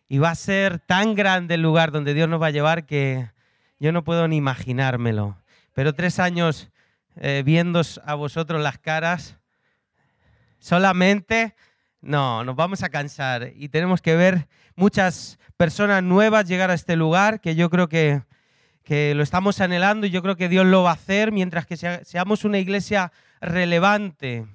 Y va a ser tan grande el lugar donde Dios nos va a llevar que yo no puedo ni imaginármelo. Pero 3 años viéndoos a vosotros las caras, solamente, no, nos vamos a cansar. Y tenemos que ver muchas personas nuevas llegar a este lugar, que yo creo que lo estamos anhelando y yo creo que Dios lo va a hacer mientras que seamos una iglesia relevante,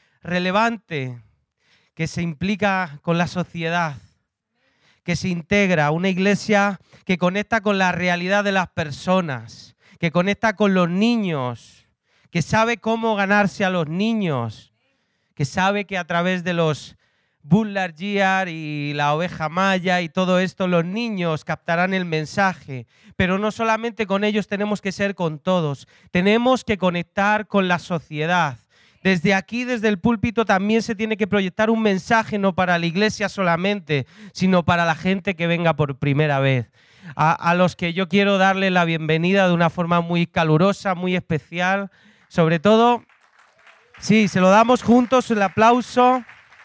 que se implica con la sociedad, que se integra, una iglesia que conecta con la realidad de las personas, que conecta con los niños, que sabe cómo ganarse a los niños, que sabe que a través de los Butler Gear y la oveja maya y todo esto, los niños captarán el mensaje. Pero no solamente con ellos tenemos que ser con todos, tenemos que conectar con la sociedad. Desde aquí, desde el púlpito, también se tiene que proyectar un mensaje no para la iglesia solamente, sino para la gente que venga por primera vez. A los que yo quiero darle la bienvenida de una forma muy calurosa, muy especial. Sobre todo, sí, se lo damos juntos, el aplauso.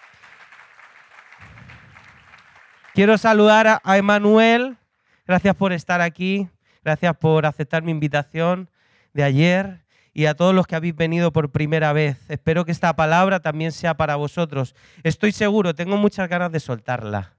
Quiero saludar a Emanuel. Gracias por estar aquí. Gracias por aceptar mi invitación de ayer. Y a todos los que habéis venido por primera vez. Espero que esta palabra también sea para vosotros. Estoy seguro, tengo muchas ganas de soltarla.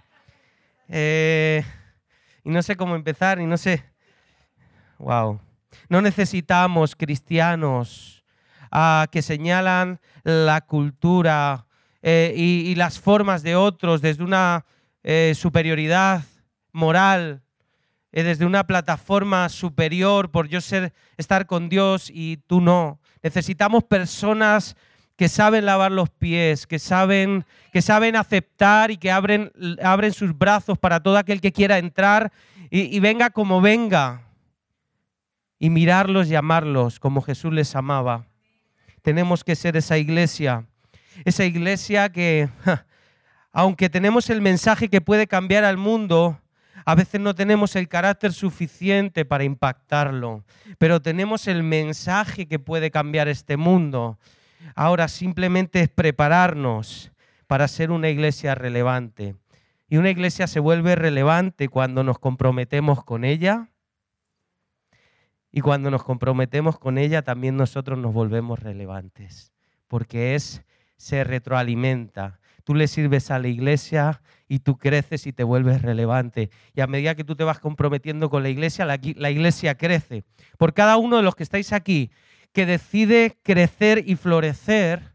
Y no sé cómo empezar, y no sé. Wow. No necesitamos cristianos que señalan la cultura y las formas de otros desde una superioridad moral, desde una plataforma superior por yo estar con Dios y tú no. Necesitamos personas que saben lavar los pies, que saben aceptar y que abren sus brazos para todo aquel que quiera entrar y venga como venga. Y mirarlos y amarlos como Jesús les amaba. Tenemos que ser esa iglesia que, aunque tenemos el mensaje que puede cambiar al mundo, a veces no tenemos el carácter suficiente para impactarlo, pero tenemos el mensaje que puede cambiar este mundo. Ahora simplemente es prepararnos para ser una iglesia relevante. Y una iglesia se vuelve relevante cuando nos comprometemos con ella. Y cuando nos comprometemos con ella, también nosotros nos volvemos relevantes, porque se retroalimenta. Tú le sirves a la iglesia y tú creces y te vuelves relevante. Y a medida que tú te vas comprometiendo con la iglesia crece. Por cada uno de los que estáis aquí, que decide crecer y florecer,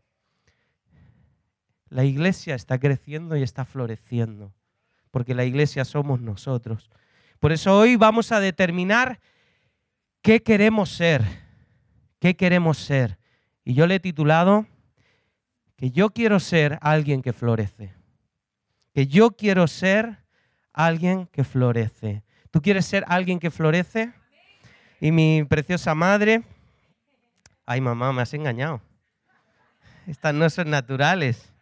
la iglesia está creciendo y está floreciendo, porque la iglesia somos nosotros. Por eso hoy vamos a determinar ¿qué queremos ser? ¿Qué queremos ser? Y yo le he titulado que yo quiero ser alguien que florece. Que yo quiero ser alguien que florece. ¿Tú quieres ser alguien que florece? Y mi preciosa madre... Ay, mamá, me has engañado. Estas no son naturales.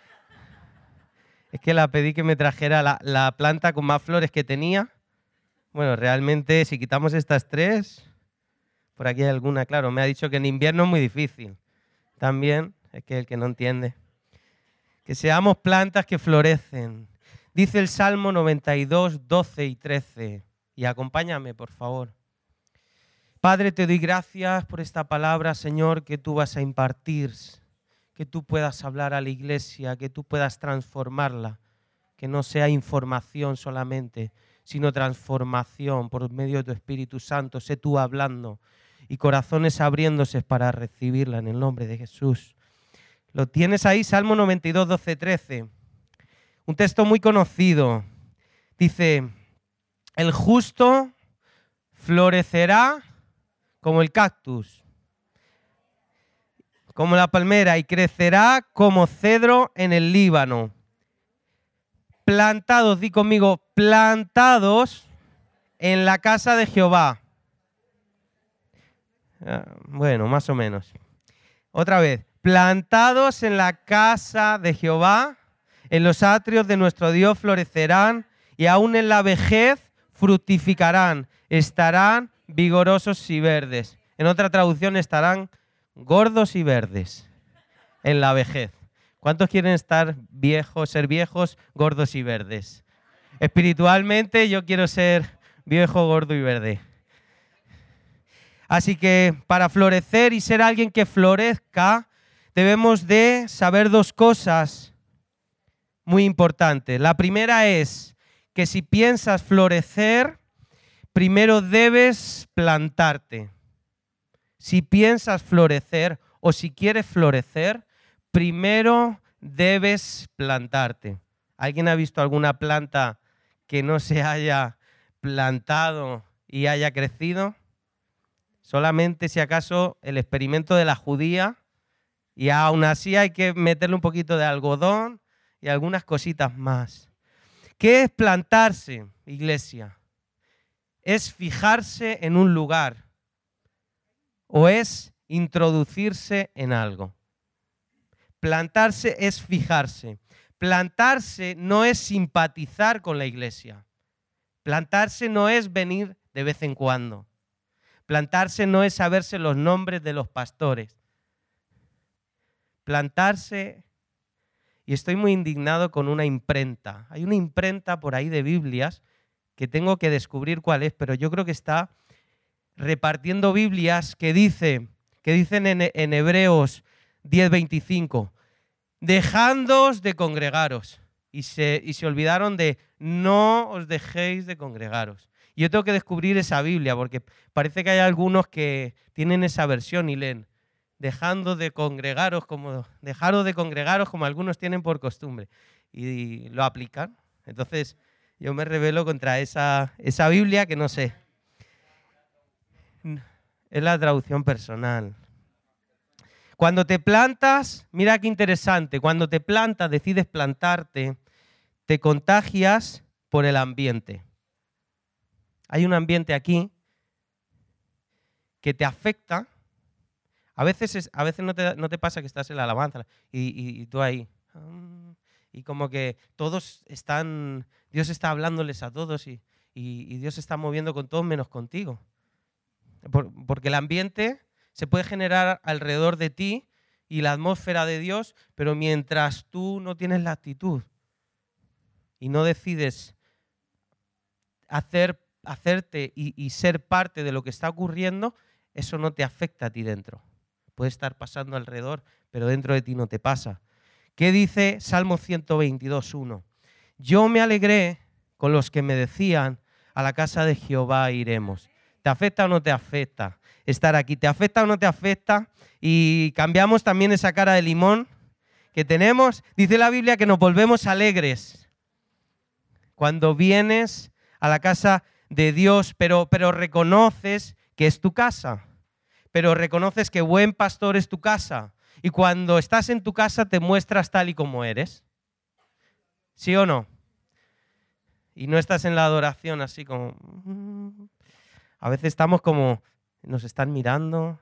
Es que la pedí que me trajera la planta con más flores que tenía. Bueno, realmente, si quitamos estas 3... Por aquí hay alguna, claro, me ha dicho que en invierno es muy difícil. También, es que el que no entiende. Que seamos plantas que florecen. Dice el Salmo 92, 12 y 13. Y acompáñame, por favor. Padre, te doy gracias por esta palabra, Señor, que tú vas a impartir. Que tú puedas hablar a la iglesia, que tú puedas transformarla. Que no sea información solamente, sino transformación por medio de tu Espíritu Santo. Sé tú hablando y corazones abriéndose para recibirla en el nombre de Jesús. Lo tienes ahí, Salmo 92, 12, 13. Un texto muy conocido. Dice, el justo florecerá como el cactus, como la palmera, y crecerá como cedro en el Líbano. Plantados, di conmigo, plantados en la casa de Jehová. Bueno, más o menos. Otra vez. Plantados en la casa de Jehová, en los atrios de nuestro Dios florecerán y aún en la vejez fructificarán. Estarán vigorosos y verdes. En otra traducción estarán gordos y verdes en la vejez. ¿Cuántos quieren estar viejos, ser viejos, gordos y verdes? Espiritualmente yo quiero ser viejo, gordo y verde. Así que para florecer y ser alguien que florezca, debemos de saber dos cosas muy importantes. La primera es que si piensas florecer, primero debes plantarte. Si piensas florecer o si quieres florecer, primero debes plantarte. ¿Alguien ha visto alguna planta que no se haya plantado y haya crecido? Solamente si acaso el experimento de la judía, y aún así hay que meterle un poquito de algodón y algunas cositas más. ¿Qué es plantarse, iglesia? ¿Es fijarse en un lugar o es introducirse en algo? Plantarse es fijarse. Plantarse no es simpatizar con la iglesia. Plantarse no es venir de vez en cuando. Plantarse no es saberse los nombres de los pastores. Plantarse, y estoy muy indignado con una imprenta. Hay una imprenta por ahí de Biblias que tengo que descubrir cuál es, pero yo creo que está repartiendo Biblias que dicen en Hebreos 10:25, dejándoos de congregaros. Y se olvidaron de no os dejéis de congregaros. Y yo tengo que descubrir esa Biblia porque parece que hay algunos que tienen esa versión y leen dejaros de congregaros como algunos tienen por costumbre y lo aplican. Entonces yo me rebelo contra esa Biblia que no sé. Es la traducción personal. Cuando te plantas, mira qué interesante, cuando te plantas, decides plantarte, te contagias por el ambiente. Hay un ambiente aquí que te afecta. A veces no te pasa que estás en la alabanza y tú ahí. Y como que Dios está hablándoles a todos y Dios se está moviendo con todos menos contigo. Porque el ambiente se puede generar alrededor de ti y la atmósfera de Dios, pero mientras tú no tienes la actitud y no decides hacerte y ser parte de lo que está ocurriendo, eso no te afecta a ti dentro. Puede estar pasando alrededor, pero dentro de ti no te pasa. ¿Qué dice Salmo 122:1? Yo me alegré con los que me decían, a la casa de Jehová iremos. ¿Te afecta o no te afecta estar aquí? ¿Te afecta o no te afecta? Y cambiamos también esa cara de limón que tenemos. Dice la Biblia que nos volvemos alegres cuando vienes a la casa de Dios, pero reconoces que es tu casa. Pero reconoces que buen pastor es tu casa. Y cuando estás en tu casa te muestras tal y como eres. ¿Sí o no? Y no estás en la adoración así como... A veces estamos como... Nos están mirando.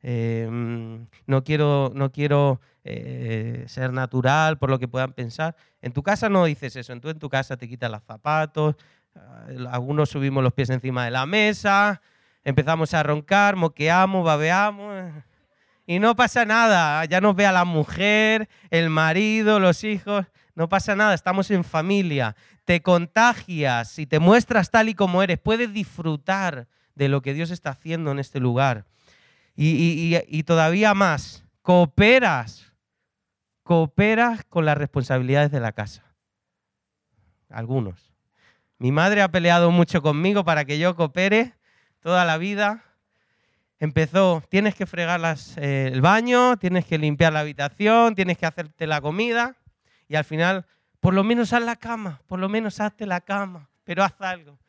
No quiero ser natural por lo que puedan pensar. En tu casa no dices eso. En tu casa te quitas los zapatos. Algunos subimos los pies encima de la mesa. Empezamos a roncar, moqueamos, babeamos y no pasa nada. Ya nos ve a la mujer, el marido, los hijos. No pasa nada, estamos en familia. Te contagias y te muestras tal y como eres. Puedes disfrutar de lo que Dios está haciendo en este lugar. Y todavía más, cooperas con las responsabilidades de la casa. Algunos. Mi madre ha peleado mucho conmigo para que yo coopere toda la vida. Empezó, tienes que fregar el baño, tienes que limpiar la habitación, tienes que hacerte la comida y al final, por lo menos haz la cama, por lo menos hazte la cama, pero haz algo.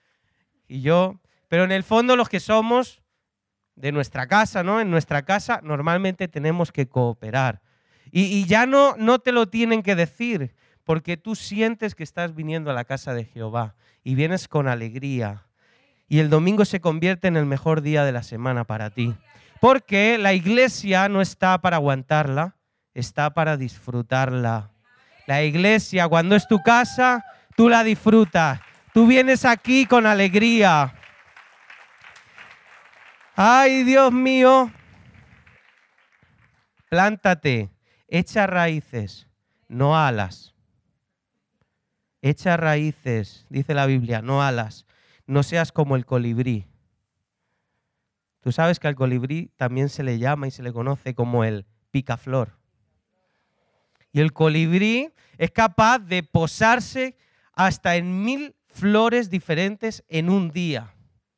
Pero en el fondo los que somos de nuestra casa, ¿no? En nuestra casa normalmente tenemos que cooperar. Y ya no te lo tienen que decir, porque tú sientes que estás viniendo a la casa de Jehová y vienes con alegría. Y el domingo se convierte en el mejor día de la semana para ti. Porque la iglesia no está para aguantarla, está para disfrutarla. La iglesia, cuando es tu casa, tú la disfrutas. Tú vienes aquí con alegría. ¡Ay, Dios mío! Plántate, echa raíces, no alas. Echa raíces, dice la Biblia, no alas. No seas como el colibrí. Tú sabes que al colibrí también se le llama y se le conoce como el picaflor. Y el colibrí es capaz de posarse hasta en 1000 flores diferentes en un día.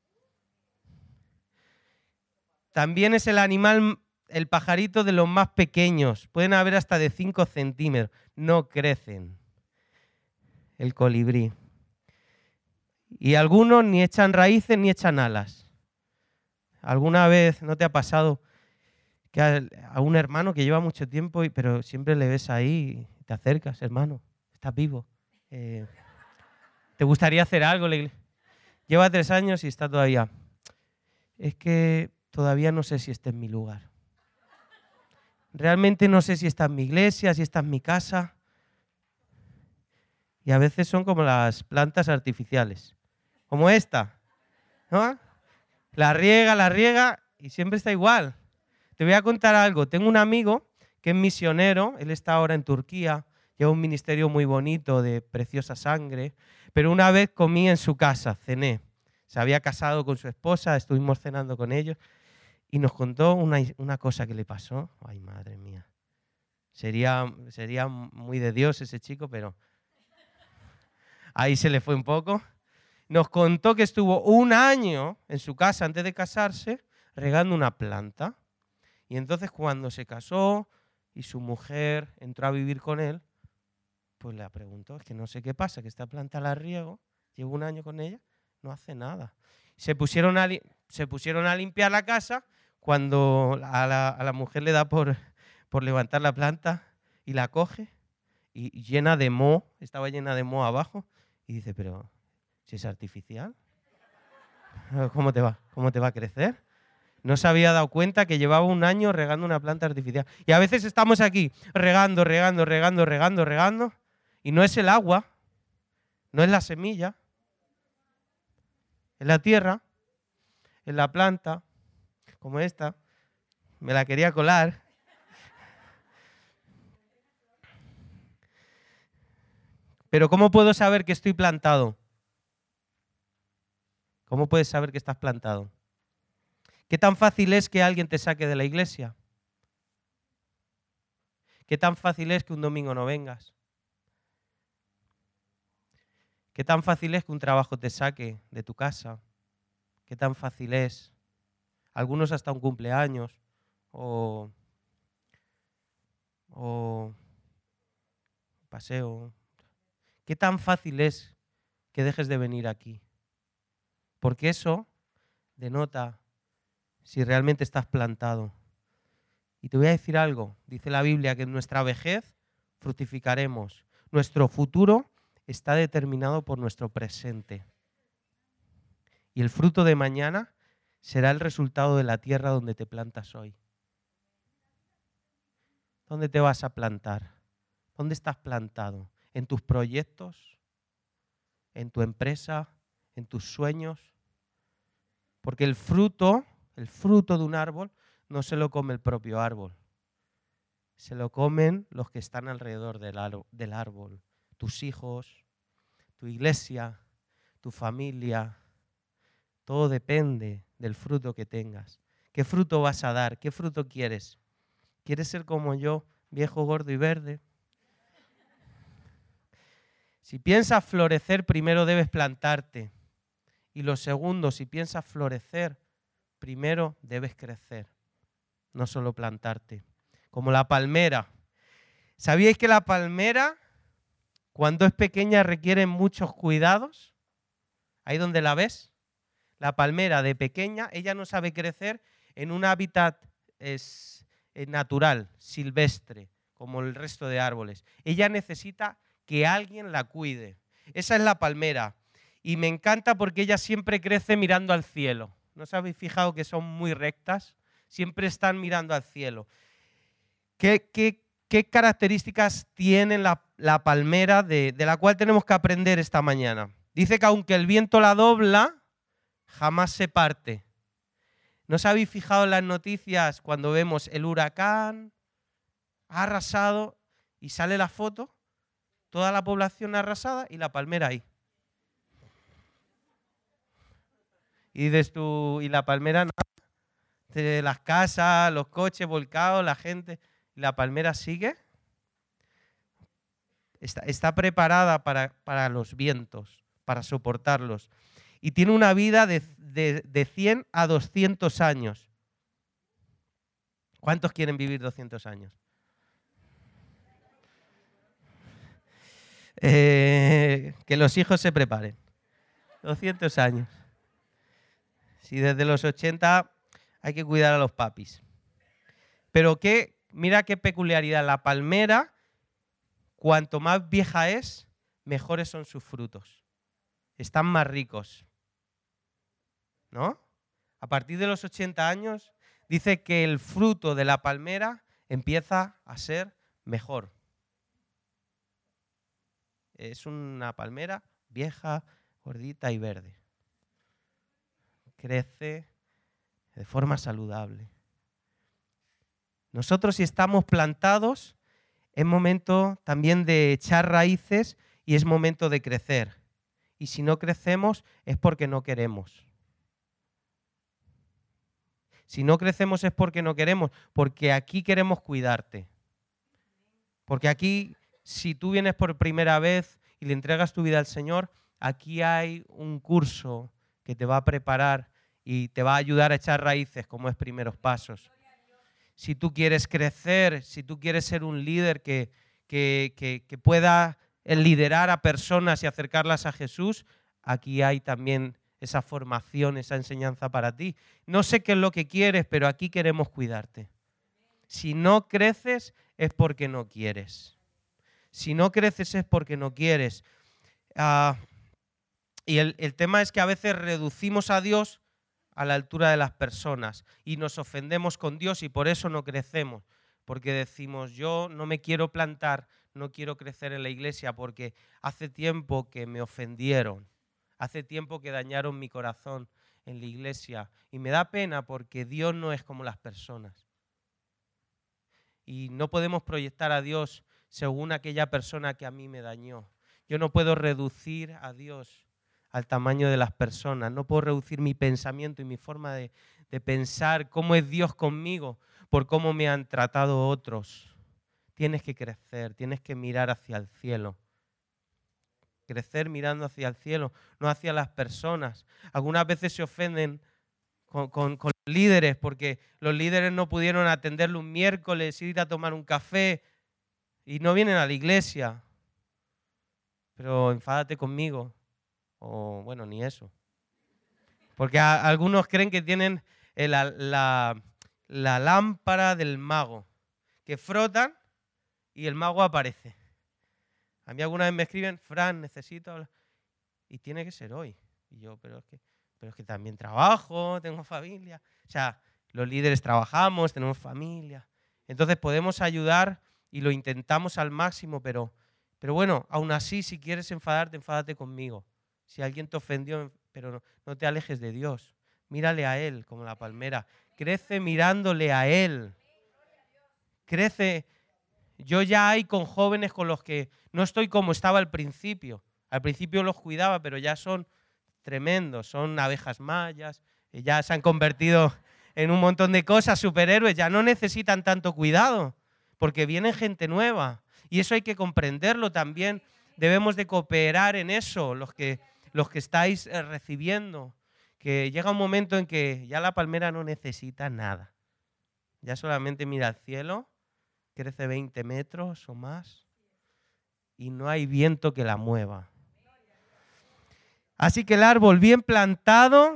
También es el animal, el pajarito de los más pequeños. Pueden haber hasta de 5 centímetros. No crecen. El colibrí. Y algunos ni echan raíces ni echan alas. ¿Alguna vez no te ha pasado que a un hermano que lleva mucho tiempo, pero siempre le ves ahí y te acercas, hermano, estás vivo? ¿Te gustaría hacer algo? Lleva 3 años y está todavía. Es que todavía no sé si está en mi lugar. Realmente no sé si está en mi iglesia, si está en mi casa. Y a veces son como las plantas artificiales. Como esta, ¿no? La riega y siempre está igual. Te voy a contar algo. Tengo un amigo que es misionero. Él está ahora en Turquía. Lleva un ministerio muy bonito de preciosa sangre. Pero una vez comí en su casa, cené. Se había casado con su esposa, estuvimos cenando con ellos. Y nos contó una cosa que le pasó. Ay, madre mía. Sería muy de Dios ese chico, pero ahí se le fue un poco. Nos contó que estuvo 1 año en su casa antes de casarse regando una planta. Y entonces cuando se casó y su mujer entró a vivir con él, pues le preguntó, es que no sé qué pasa, que esta planta la riego, llevo 1 año con ella, no hace nada. Se pusieron a limpiar la casa cuando a la mujer le da por levantar la planta y la coge y llena de moho, estaba llena de moho abajo, y dice, pero si es artificial, ¿cómo te va? ¿Cómo te va a crecer? No se había dado cuenta que llevaba 1 año regando una planta artificial. Y a veces estamos aquí regando, y no es el agua, no es la semilla, es la tierra, es la planta, como esta. Me la quería colar. Pero ¿cómo puedo saber que estoy plantado? ¿Cómo puedes saber que estás plantado? ¿Qué tan fácil es que alguien te saque de la iglesia? ¿Qué tan fácil es que un domingo no vengas? ¿Qué tan fácil es que un trabajo te saque de tu casa? ¿Qué tan fácil es? Algunos hasta un cumpleaños o paseo. ¿Qué tan fácil es que dejes de venir aquí? Porque eso denota si realmente estás plantado. Y te voy a decir algo. Dice la Biblia que en nuestra vejez fructificaremos. Nuestro futuro está determinado por nuestro presente. Y el fruto de mañana será el resultado de la tierra donde te plantas hoy. ¿Dónde te vas a plantar? ¿Dónde estás plantado? ¿En tus proyectos? ¿En tu empresa? ¿En tus sueños? Porque el fruto de un árbol no se lo come el propio árbol. Se lo comen los que están alrededor del árbol. Tus hijos, tu iglesia, tu familia. Todo depende del fruto que tengas. ¿Qué fruto vas a dar? ¿Qué fruto quieres? ¿Quieres ser como yo, viejo, gordo y verde? Si piensas florecer, primero debes plantarte. Y lo segundo, si piensas florecer, primero debes crecer, no solo plantarte. Como la palmera. ¿Sabíais que la palmera, cuando es pequeña, requiere muchos cuidados? Ahí donde la ves. La palmera de pequeña, ella no sabe crecer en un hábitat natural, silvestre, como el resto de árboles. Ella necesita que alguien la cuide. Esa es la palmera. Y me encanta porque ella siempre crece mirando al cielo. ¿No os habéis fijado que son muy rectas? Siempre están mirando al cielo. ¿Qué características tiene la palmera de la cual tenemos que aprender esta mañana? Dice que aunque el viento la dobla, jamás se parte. ¿No os habéis fijado en las noticias cuando vemos el huracán ha arrasado y sale la foto? toda la población arrasada y la palmera ahí. Y dices tú, y la palmera nada, de las casas, los coches volcados, la gente, y la palmera sigue. Está preparada para los vientos, para soportarlos. Y tiene una vida de 100 a 200 años. ¿Cuántos quieren vivir 200 años? Que los hijos se preparen. 200 años. Si desde los 80 hay que cuidar a los papis. Pero mira qué peculiaridad. La palmera, cuanto más vieja es, mejores son sus frutos. Están más ricos. ¿No? A partir de los 80 años, dice que el fruto de la palmera empieza a ser mejor. Es una palmera vieja, gordita y verde. Crece de forma saludable. Nosotros, si estamos plantados, es momento también de echar raíces y es momento de crecer. Y si no crecemos es porque no queremos. Si no crecemos es porque no queremos, porque aquí queremos cuidarte. Porque aquí, si tú vienes por primera vez y le entregas tu vida al Señor, aquí hay un curso que te va a preparar y te va a ayudar a echar raíces, como es Primeros Pasos. Si tú quieres crecer, si tú quieres ser un líder que pueda liderar a personas y acercarlas a Jesús, aquí hay también esa formación, esa enseñanza para ti. No sé qué es lo que quieres, pero aquí queremos cuidarte. Si no creces es porque no quieres. Si no creces es porque no quieres. Y el tema es que a veces reducimos a Dios a la altura de las personas y nos ofendemos con Dios y por eso no crecemos. Porque decimos, yo no me quiero plantar, no quiero crecer en la iglesia porque hace tiempo que me ofendieron. Hace tiempo que dañaron mi corazón en la iglesia y me da pena porque Dios no es como las personas. Y no podemos proyectar a Dios según aquella persona que a mí me dañó. Yo no puedo reducir a Dios al tamaño de las personas. No puedo reducir mi pensamiento y mi forma de pensar cómo es Dios conmigo por cómo me han tratado otros. Tienes que crecer, tienes que mirar hacia el cielo. Crecer mirando hacia el cielo, no hacia las personas. Algunas veces se ofenden con los líderes porque los líderes no pudieron atenderle un miércoles, ir a tomar un café y no vienen a la iglesia. Pero enfádate conmigo. O bueno, ni eso. Porque algunos creen que tienen la lámpara del mago, que frotan y el mago aparece. A mí alguna vez me escriben, Fran, necesito hablar. Y tiene que ser hoy. Y yo, pero es que también trabajo, tengo familia. O sea, los líderes trabajamos, tenemos familia. Entonces podemos ayudar y lo intentamos al máximo, pero bueno, aún así, si quieres enfadarte, enfádate conmigo. Si alguien te ofendió, pero no te alejes de Dios. Mírale a Él como la palmera. Crece mirándole a Él. Crece. Yo ya hay con jóvenes con los que no estoy como estaba al principio. Al principio los cuidaba, pero ya son tremendos. Son abejas mayas, ya se han convertido en un montón de cosas, superhéroes. Ya no necesitan tanto cuidado, porque viene gente nueva. Y eso hay que comprenderlo también. Debemos de cooperar en eso, los que estáis recibiendo. Que llega un momento en que ya la palmera no necesita nada. Ya solamente mira al cielo, crece 20 metros o más y no hay viento que la mueva. Así que el árbol bien plantado,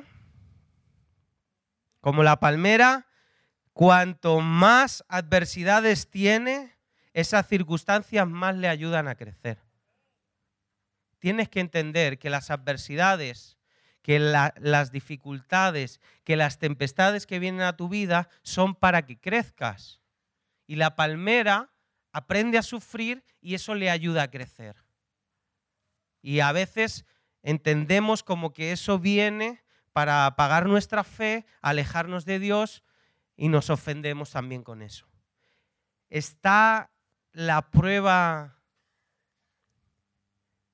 como la palmera, cuanto más adversidades tiene, esas circunstancias más le ayudan a crecer. Tienes que entender que las adversidades, que las dificultades, que las tempestades que vienen a tu vida son para que crezcas. Y la palmera aprende a sufrir y eso le ayuda a crecer. Y a veces entendemos como que eso viene para apagar nuestra fe, alejarnos de Dios y nos ofendemos también con eso. Está la prueba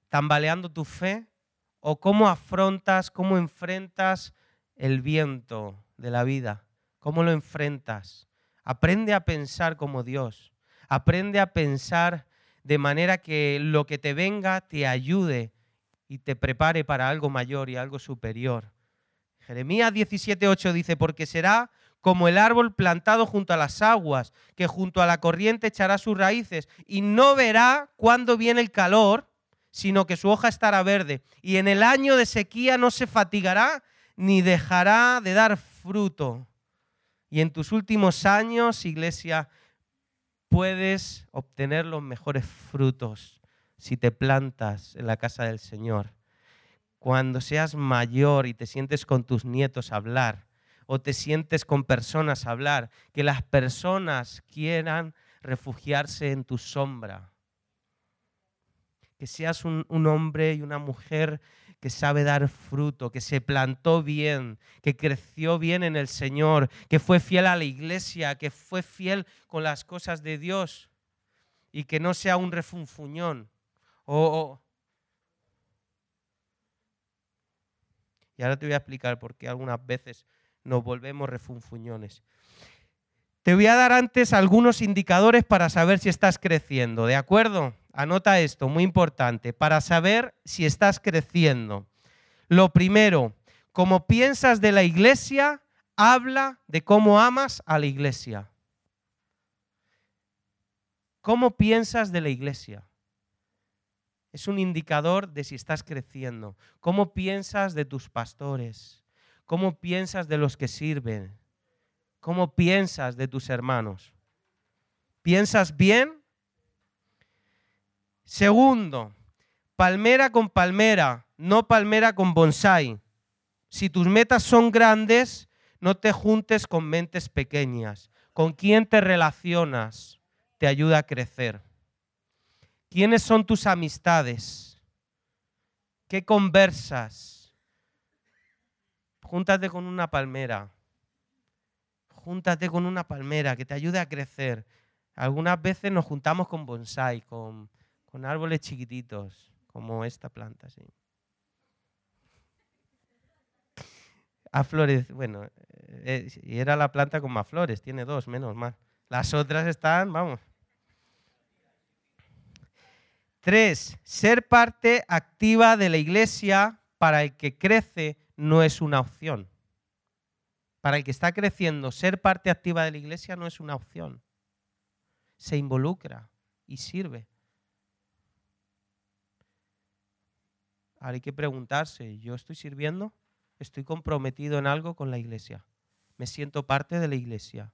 tambaleando tu fe? ¿O cómo afrontas, cómo enfrentas el viento de la vida? ¿Cómo lo enfrentas? Aprende a pensar como Dios. Aprende a pensar de manera que lo que te venga te ayude y te prepare para algo mayor y algo superior. Jeremías 17:8 dice, porque será como el árbol plantado junto a las aguas, que junto a la corriente echará sus raíces y no verá cuándo viene el calor, sino que su hoja estará verde. Y en el año de sequía no se fatigará ni dejará de dar fruto. Y en tus últimos años, iglesia, puedes obtener los mejores frutos si te plantas en la casa del Señor. Cuando seas mayor y te sientes con tus nietos a hablar, o te sientes con personas a hablar, que las personas quieran refugiarse en tu sombra. Que seas un hombre y una mujer que sabe dar fruto, que se plantó bien, que creció bien en el Señor, que fue fiel a la iglesia, que fue fiel con las cosas de Dios y que no sea un refunfuñón. Y ahora te voy a explicar por qué algunas veces nos volvemos refunfuñones. Te voy a dar antes algunos indicadores para saber si estás creciendo, ¿de acuerdo? Anota esto, muy importante, para saber si estás creciendo. Lo primero, como piensas de la iglesia, habla de cómo amas a la iglesia. ¿Cómo piensas de la iglesia? Es un indicador de si estás creciendo. ¿Cómo piensas de tus pastores? ¿Cómo piensas de los que sirven? ¿Cómo piensas de tus hermanos? ¿Piensas bien? Segundo, palmera con palmera, no palmera con bonsái. Si tus metas son grandes, no te juntes con mentes pequeñas. ¿Con quién te relacionas? Te ayuda a crecer. ¿Quiénes son tus amistades? ¿Qué conversas? Júntate con una palmera. Júntate con una palmera que te ayude a crecer. Algunas veces nos juntamos con bonsái, con árboles chiquititos, como esta planta, sí. A flores, bueno, y era la planta con más flores, tiene 2, menos mal. Las otras están, vamos. 3, ser parte activa de la iglesia para el que crece no es una opción. Para el que está creciendo, ser parte activa de la iglesia no es una opción. Se involucra y sirve. Ahora hay que preguntarse, ¿yo estoy sirviendo? ¿Estoy comprometido en algo con la iglesia? ¿Me siento parte de la iglesia?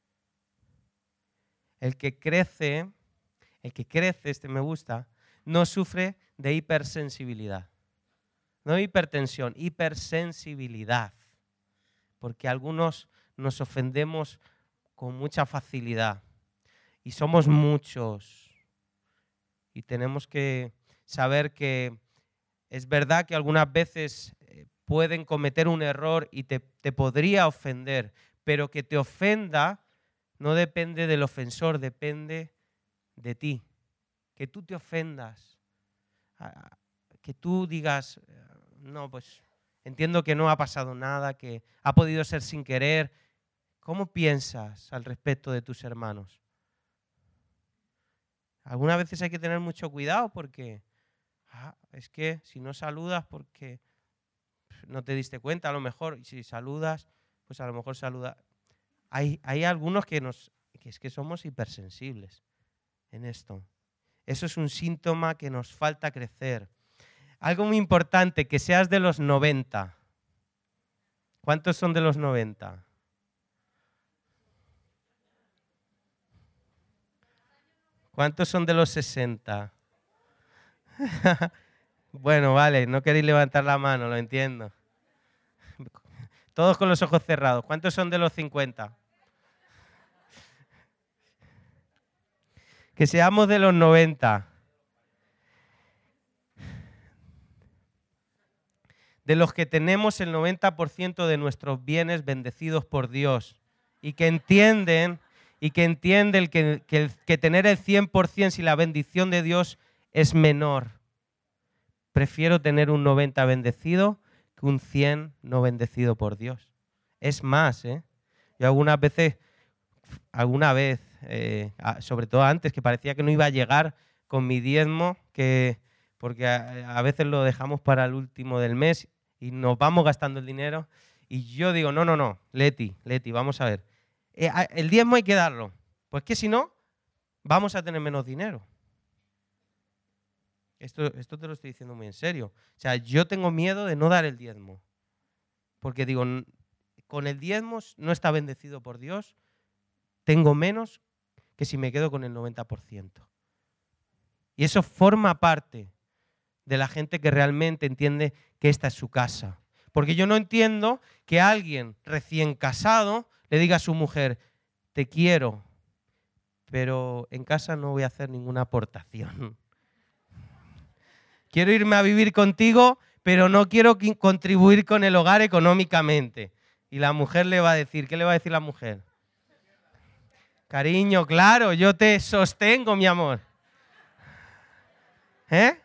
El que crece, este me gusta, no sufre de hipersensibilidad. No hipertensión, hipersensibilidad. Porque algunos nos ofendemos con mucha facilidad. Y somos muchos. Y tenemos que saber que es verdad que algunas veces pueden cometer un error y te podría ofender, pero que te ofenda no depende del ofensor, depende de ti. Que tú te ofendas, que tú digas, no, pues entiendo que no ha pasado nada, que ha podido ser sin querer. ¿Cómo piensas al respecto de tus hermanos? Algunas veces hay que tener mucho cuidado porque es que si no saludas porque no te diste cuenta, a lo mejor, y si saludas, pues a lo mejor saluda. Hay algunos que es que somos hipersensibles en esto. Eso es un síntoma que nos falta crecer. Algo muy importante, que seas de los 90. ¿Cuántos son de los 90? ¿Cuántos son de los 60? Bueno, vale, no queréis levantar la mano, lo entiendo. Todos con los ojos cerrados. ¿Cuántos son de los 50? Que seamos de los 90. De los que tenemos el 90% de nuestros bienes bendecidos por Dios y que entienden que tener el 100% sin la bendición de Dios es menor. prefiero tener un 90 bendecido que un 100 no bendecido por Dios. Es más, yo alguna vez, sobre todo antes, que parecía que no iba a llegar con mi diezmo, porque a veces lo dejamos para el último del mes y nos vamos gastando el dinero. Y yo digo, no, Leti, vamos a ver. El diezmo hay que darlo, pues que si no, vamos a tener menos dinero. Esto te lo estoy diciendo muy en serio. O sea, yo tengo miedo de no dar el diezmo. Porque digo, con el diezmo no está bendecido por Dios, tengo menos que si me quedo con el 90%. Y eso forma parte de la gente que realmente entiende que esta es su casa. Porque yo no entiendo que alguien recién casado le diga a su mujer, te quiero, pero en casa no voy a hacer ninguna aportación. Quiero irme a vivir contigo, pero no quiero contribuir con el hogar económicamente. Y la mujer le va a decir, ¿qué le va a decir la mujer? Cariño, claro, yo te sostengo, mi amor. ¿Eh?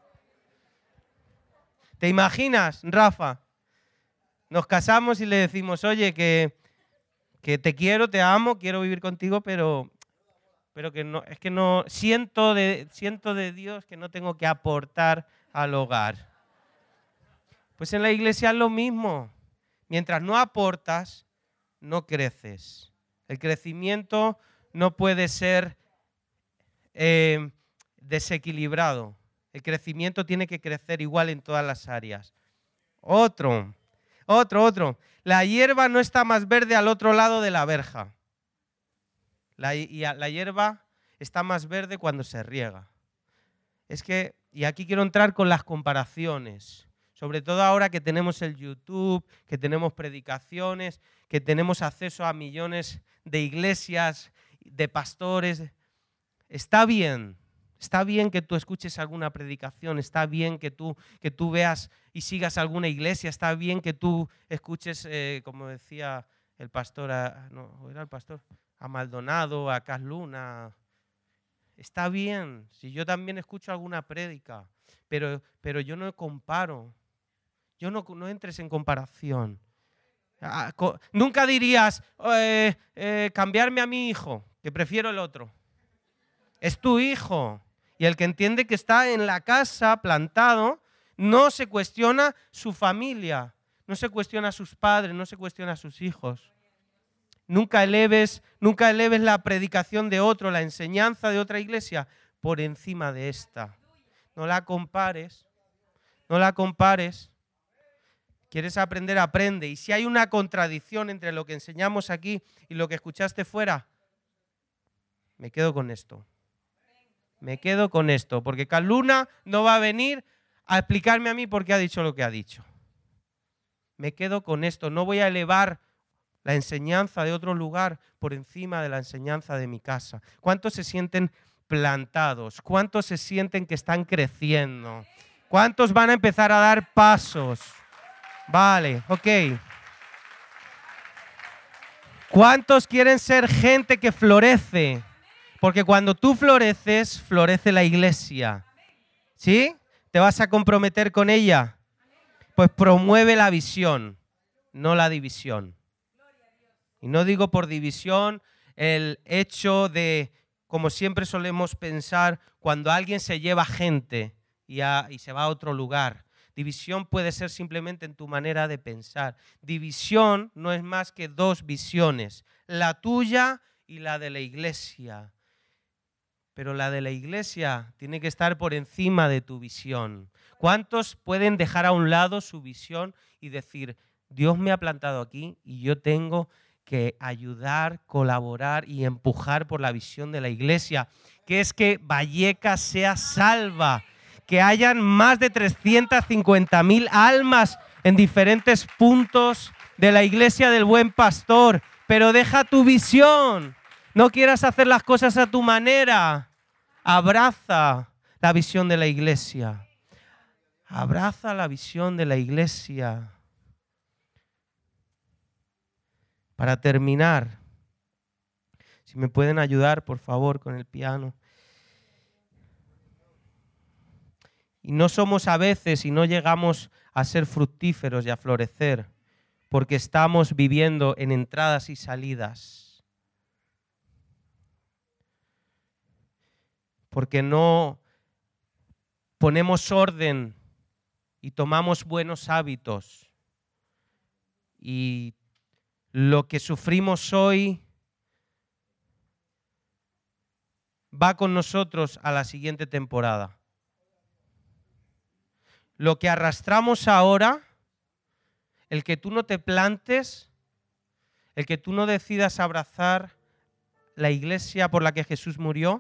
¿Te imaginas, Rafa? Nos casamos y le decimos, oye, que te quiero, te amo, quiero vivir contigo, pero que no, es que no, siento de Dios que no tengo que aportar al hogar. Pues en la iglesia es lo mismo. Mientras no aportas, no creces. El crecimiento no puede ser desequilibrado. El crecimiento tiene que crecer igual en todas las áreas. Otro. La hierba no está más verde al otro lado de la verja. La hierba está más verde cuando se riega. Y aquí quiero entrar con las comparaciones. Sobre todo ahora que tenemos el YouTube, que tenemos predicaciones, que tenemos acceso a millones de iglesias, de pastores. Está bien que tú escuches alguna predicación, está bien que tú veas y sigas alguna iglesia, está bien que tú escuches, como decía el pastor, a Maldonado, a Cas Luna. Está bien, si yo también escucho alguna prédica, pero yo no comparo. Yo no entres en comparación. Nunca dirías, cambiarme a mi hijo, que prefiero el otro. Es tu hijo. Y el que entiende que está en la casa plantado, no se cuestiona su familia, no se cuestiona a sus padres, no se cuestiona a sus hijos. Nunca eleves la predicación de otro, la enseñanza de otra iglesia por encima de esta. No la compares. ¿Quieres aprender? Aprende. Y si hay una contradicción entre lo que enseñamos aquí y lo que escuchaste fuera, me quedo con esto. Porque Cas Luna no va a venir a explicarme a mí por qué ha dicho lo que ha dicho. Me quedo con esto. No voy a elevar la enseñanza de otro lugar por encima de la enseñanza de mi casa. ¿Cuántos se sienten plantados? ¿Cuántos se sienten que están creciendo? ¿Cuántos van a empezar a dar pasos? Vale, ok. ¿Cuántos quieren ser gente que florece? Porque cuando tú floreces, florece la iglesia. ¿Sí? ¿Te vas a comprometer con ella? Pues promueve la visión, no la división. Y no digo por división el hecho de, como siempre solemos pensar, cuando alguien se lleva gente y se va a otro lugar. División puede ser simplemente en tu manera de pensar. División no es más que dos visiones, la tuya y la de la iglesia. Pero la de la iglesia tiene que estar por encima de tu visión. ¿Cuántos pueden dejar a un lado su visión y decir, Dios me ha plantado aquí y yo tengo que ayudar, colaborar y empujar por la visión de la iglesia, que es que Vallecas sea salva, que hayan más de 350.000 almas en diferentes puntos de la iglesia del Buen Pastor, pero deja tu visión, no quieras hacer las cosas a tu manera, abraza la visión de la iglesia, abraza la visión de la iglesia. Para terminar, si me pueden ayudar, por favor, con el piano. Y no somos a veces y no llegamos a ser fructíferos y a florecer porque estamos viviendo en entradas y salidas. Porque no ponemos orden y tomamos buenos hábitos. Y lo que sufrimos hoy va con nosotros a la siguiente temporada. Lo que arrastramos ahora, el que tú no te plantes, el que tú no decidas abrazar la iglesia por la que Jesús murió,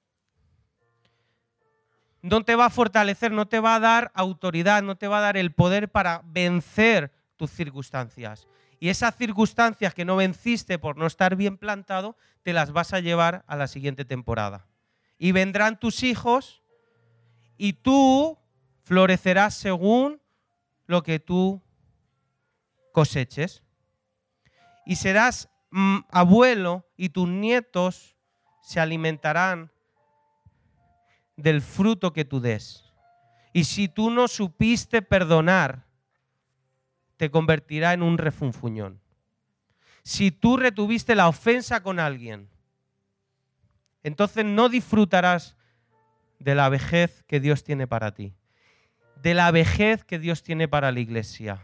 no te va a fortalecer, no te va a dar autoridad, no te va a dar el poder para vencer tus circunstancias. Y esas circunstancias que no venciste por no estar bien plantado, te las vas a llevar a la siguiente temporada. Y vendrán tus hijos y tú florecerás según lo que tú coseches. Y serás abuelo y tus nietos se alimentarán del fruto que tú des. Y si tú no supiste perdonar, te convertirá en un refunfuñón. Si tú retuviste la ofensa con alguien, entonces no disfrutarás de la vejez que Dios tiene para ti, de la vejez que Dios tiene para la iglesia.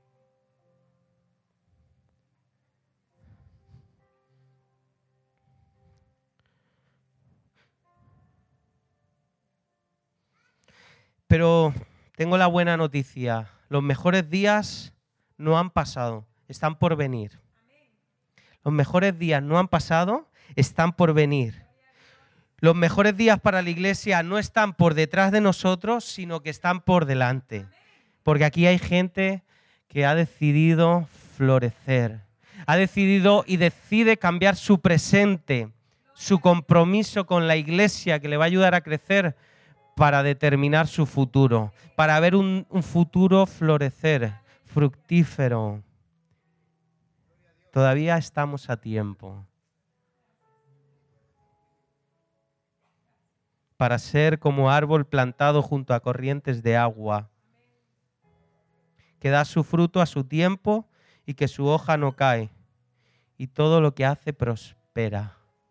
Pero tengo la buena noticia, los mejores días no han pasado, están por venir. Los mejores días no han pasado, están por venir. Los mejores días para la iglesia no están por detrás de nosotros, sino que están por delante. Porque aquí hay gente que ha decidido florecer, ha decidido y decide cambiar su presente, su compromiso con la iglesia que le va a ayudar a crecer para determinar su futuro, para ver un futuro florecer, fructífero. Todavía estamos a tiempo para ser como árbol plantado junto a corrientes de agua, que da su fruto a su tiempo y que su hoja no cae, y todo lo que hace prospera.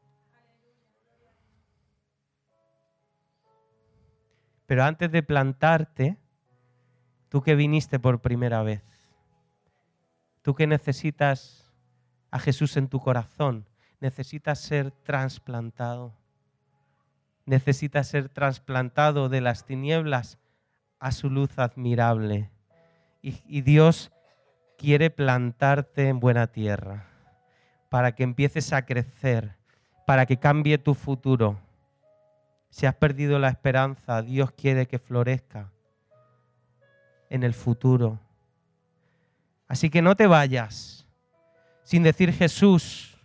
Pero antes de plantarte, tú que viniste por primera vez, tú que necesitas a Jesús en tu corazón, necesitas ser trasplantado. Necesitas ser trasplantado de las tinieblas a su luz admirable. Y Dios quiere plantarte en buena tierra para que empieces a crecer, para que cambie tu futuro. Si has perdido la esperanza, Dios quiere que florezca en el futuro. Así que no te vayas sin decir Jesús,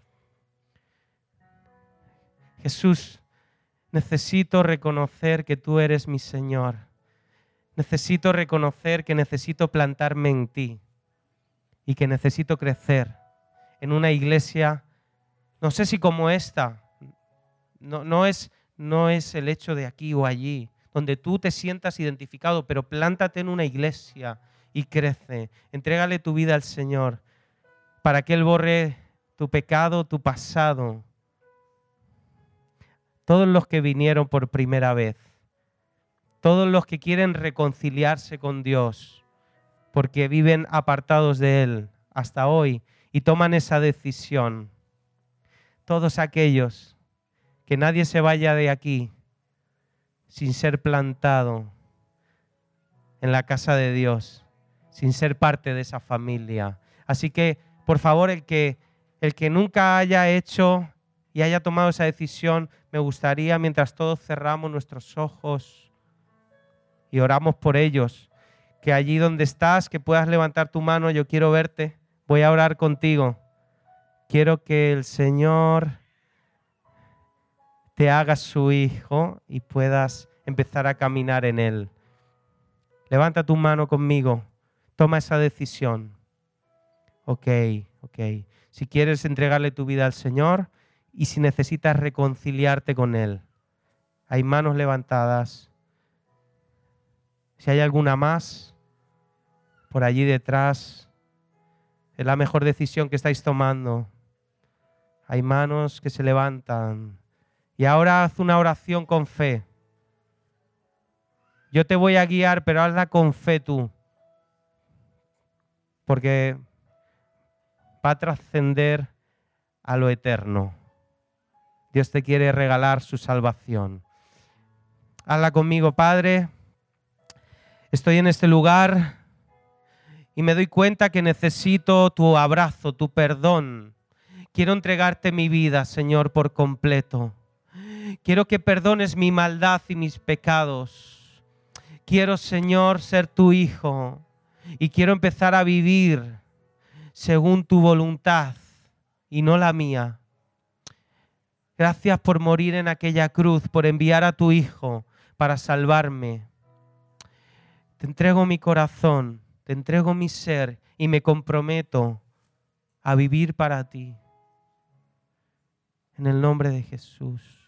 necesito reconocer que tú eres mi Señor. Necesito reconocer que necesito plantarme en ti y que necesito crecer en una iglesia, no sé si como esta, no es el hecho de aquí o allí, donde tú te sientas identificado, pero plántate en una iglesia y crece. Entrégale tu vida al Señor para que Él borre tu pecado, tu pasado. Todos los que vinieron por primera vez, todos los que quieren reconciliarse con Dios, porque viven apartados de Él hasta hoy y toman esa decisión. Todos aquellos, que nadie se vaya de aquí sin ser plantado en la casa de Dios, sin ser parte de esa familia. Así que, por favor, el que nunca haya hecho y haya tomado esa decisión, me gustaría, mientras todos cerramos nuestros ojos y oramos por ellos, que allí donde estás, que puedas levantar tu mano. Yo quiero verte, voy a orar contigo. Quiero que el Señor te haga su hijo y puedas empezar a caminar en Él. Levanta tu mano conmigo, toma esa decisión. Ok. Si quieres entregarle tu vida al Señor y si necesitas reconciliarte con Él, hay manos levantadas. Si hay alguna más, por allí detrás, es la mejor decisión que estáis tomando. Hay manos que se levantan. Y ahora haz una oración con fe. Yo te voy a guiar, pero hazla con fe tú. Porque va a trascender a lo eterno. Dios te quiere regalar su salvación. Hazla conmigo, Padre. Estoy en este lugar y me doy cuenta que necesito tu abrazo, tu perdón. Quiero entregarte mi vida, Señor, por completo. Quiero que perdones mi maldad y mis pecados. Quiero, Señor, ser tu hijo y quiero empezar a vivir según tu voluntad y no la mía. Gracias por morir en aquella cruz, por enviar a tu Hijo para salvarme. Te entrego mi corazón, te entrego mi ser y me comprometo a vivir para ti. En el nombre de Jesús.